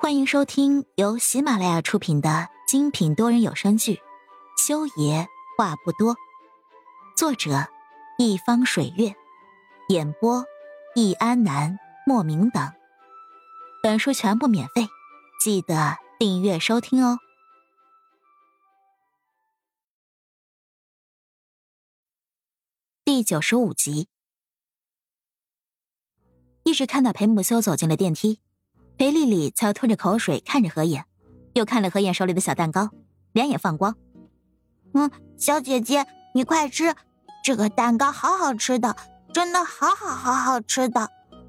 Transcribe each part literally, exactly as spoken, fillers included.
欢迎收听由喜马拉雅出品的精品多人有声剧《修爷话不多》，作者一方水月，演播易安南、莫名等。本书全部免费，记得订阅收听哦。第九十五集，一直看到裴木修走进了电梯，裴丽丽才吞着口水看着何眼，又看了何眼手里的小蛋糕，两眼放光。 嗯，小姐姐，你快吃，这个蛋糕好好吃的，真的好好好好吃的。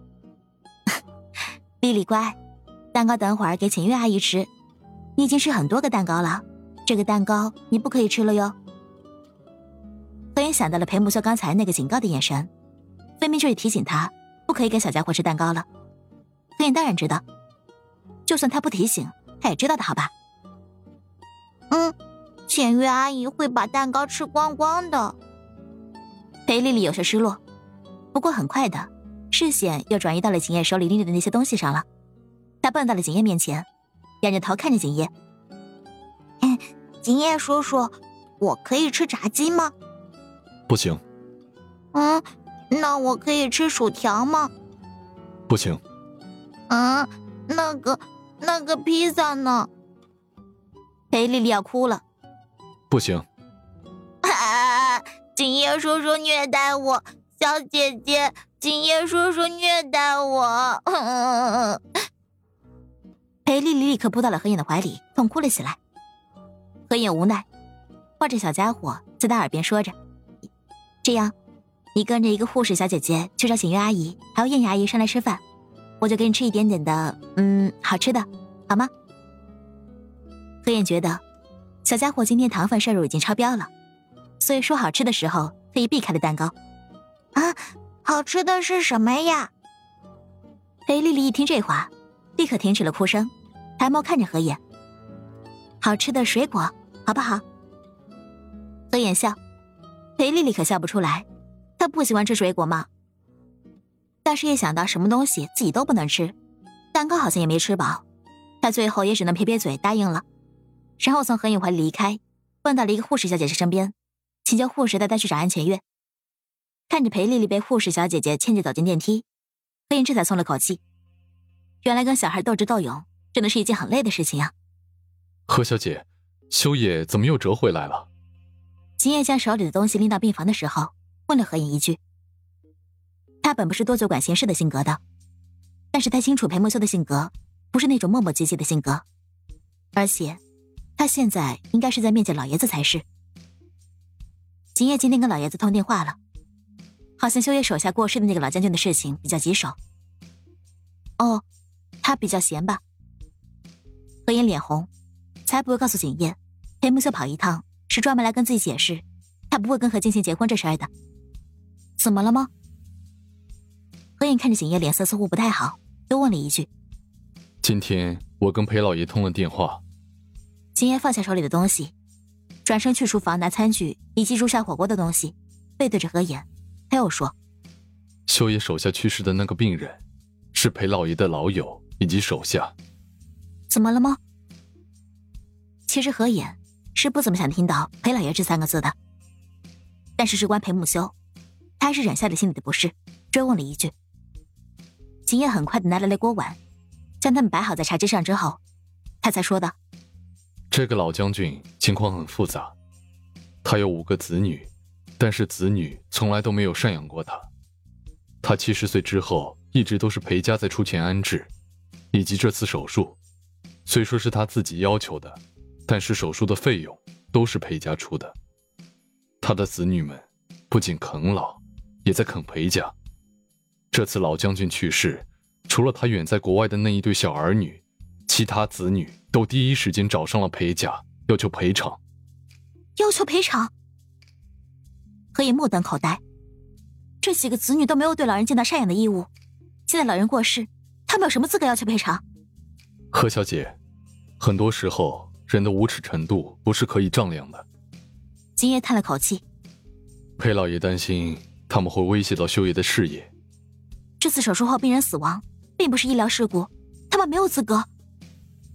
丽丽乖，蛋糕等会儿给浅月阿姨吃，你已经吃很多个蛋糕了，这个蛋糕你不可以吃了哟。何眼想到了裴木修刚才那个警告的眼神，分明就是提醒他不可以给小家伙吃蛋糕了。何眼当然知道，就算他不提醒，他也知道的好吧。 嗯，浅月阿姨会把蛋糕吃光光的。 裴丽丽有些失落，不过很快的视线又转移到了景叶手里拎着的那些东西上了。她蹦到了景叶面前，仰着头看着景叶。 嗯，景叶叔叔，我可以吃炸鸡吗？ 不行。 嗯，那我可以吃薯条吗？ 不行。 嗯，那个那个披萨呢？ 裴丽丽要哭了。 不行。 啊！景叶叔叔虐待我，小姐姐，景叶叔叔虐待我。嗯、 裴丽丽立刻扑到了何眼的怀里，痛哭了起来。何眼无奈，抱着小家伙在他耳边说着：“这样，你跟着一个护士小姐姐去找景月阿姨还有燕雅阿姨上来吃饭，我就给你吃一点点的，嗯，好吃的，好吗？”何眼觉得小家伙今天糖分摄入已经超标了，所以说好吃的时候可以避开了蛋糕。 啊，好吃的是什么呀？ 裴丽丽一听这话，立刻停止了哭声，抬眸看着何眼：“好吃的水果，好不好？”何眼笑，裴丽丽可笑不出来，她不喜欢吃水果嘛。但是一想到什么东西自己都不能吃，蛋糕好像也没吃饱，她最后也只能撇撇嘴答应了，然后从何眼怀里离开，蹦到了一个护士小姐姐身边，请求护士带她去找安浅月。看着裴丽丽被护士小姐姐牵着走进电梯，何眼这才松了口气。原来跟小孩斗智斗勇真的是一件很累的事情啊。 何小姐，修野怎么又折回来了？ 景叶将手里的东西拎到病房的时候，问了何眼一句。他本不是多嘴管闲事的性格的，但是他清楚裴木修的性格不是那种磨磨唧唧的性格，而且他现在应该是在面见老爷子才是。景叶今天跟老爷子通电话了，好像修野手下过世的那个老将军的事情比较棘手。哦，他比较闲吧。何眼脸红，才不会告诉景叶裴木修跑一趟是专门来跟自己解释他不会跟何静心结婚这事儿的。怎么了吗？何眼看着景叶脸色似乎不太好，又问了一句：“ 今天我跟裴老爷通了电话。” 景叶放下手里的东西，转身去厨房拿餐具以及煮下火锅的东西，背对着何眼，他又说：“ 修野手下去世的那个病人是裴老爷的老友以及手下。” 怎么了吗？其实何眼是不怎么想听到裴老爷这三个字的，但是事关裴木修，他还是忍下了心里的不适，追问了一句。景叶很快的拿来了锅碗，将他们摆好在茶几上之后，他才说道：“ 这个老将军情况很复杂，他有五个子女，但是子女从来都没有赡养过他。他七十岁之后一直都是裴家在出钱安置，以及这次手术，虽说是他自己要求的，但是手术的费用都是裴家出的。他的子女们不仅啃老，也在啃裴家。这次老将军去世，除了他远在国外的那一对小儿女，其他子女都第一时间找上了裴家，要求赔偿。 要求赔偿？何眼目瞪口呆，这几个子女都没有对老人尽到赡养的义务，现在老人过世，他们有什么资格要求赔偿？ 何小姐，很多时候人的无耻程度不是可以丈量的。 景叶叹了口气， 裴老爷担心他们会威胁到修爷的事业。 这次手术后病人死亡并不是医疗事故，他们没有资格。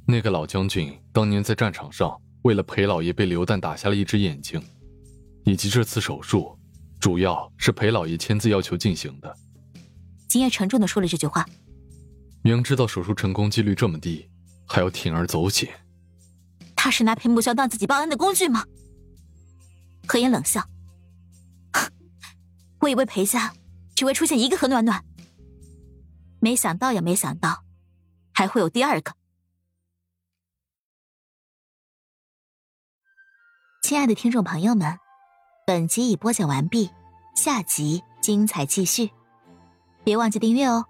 那个老将军当年在战场上为了裴老爷被流弹打瞎了一只眼睛，以及这次手术主要是裴老爷签字要求进行的。 金叶沉重地说了这句话。 明知道手术成功几率这么低，还要铤而走险。 他是拿裴木萧当自己报恩的工具吗？何言冷笑，我以为裴家只会出现一个何暖暖，没想到呀没想到还会有第二个。亲爱的听众朋友们，本集已播讲完毕，下集精彩继续，别忘记订阅哦。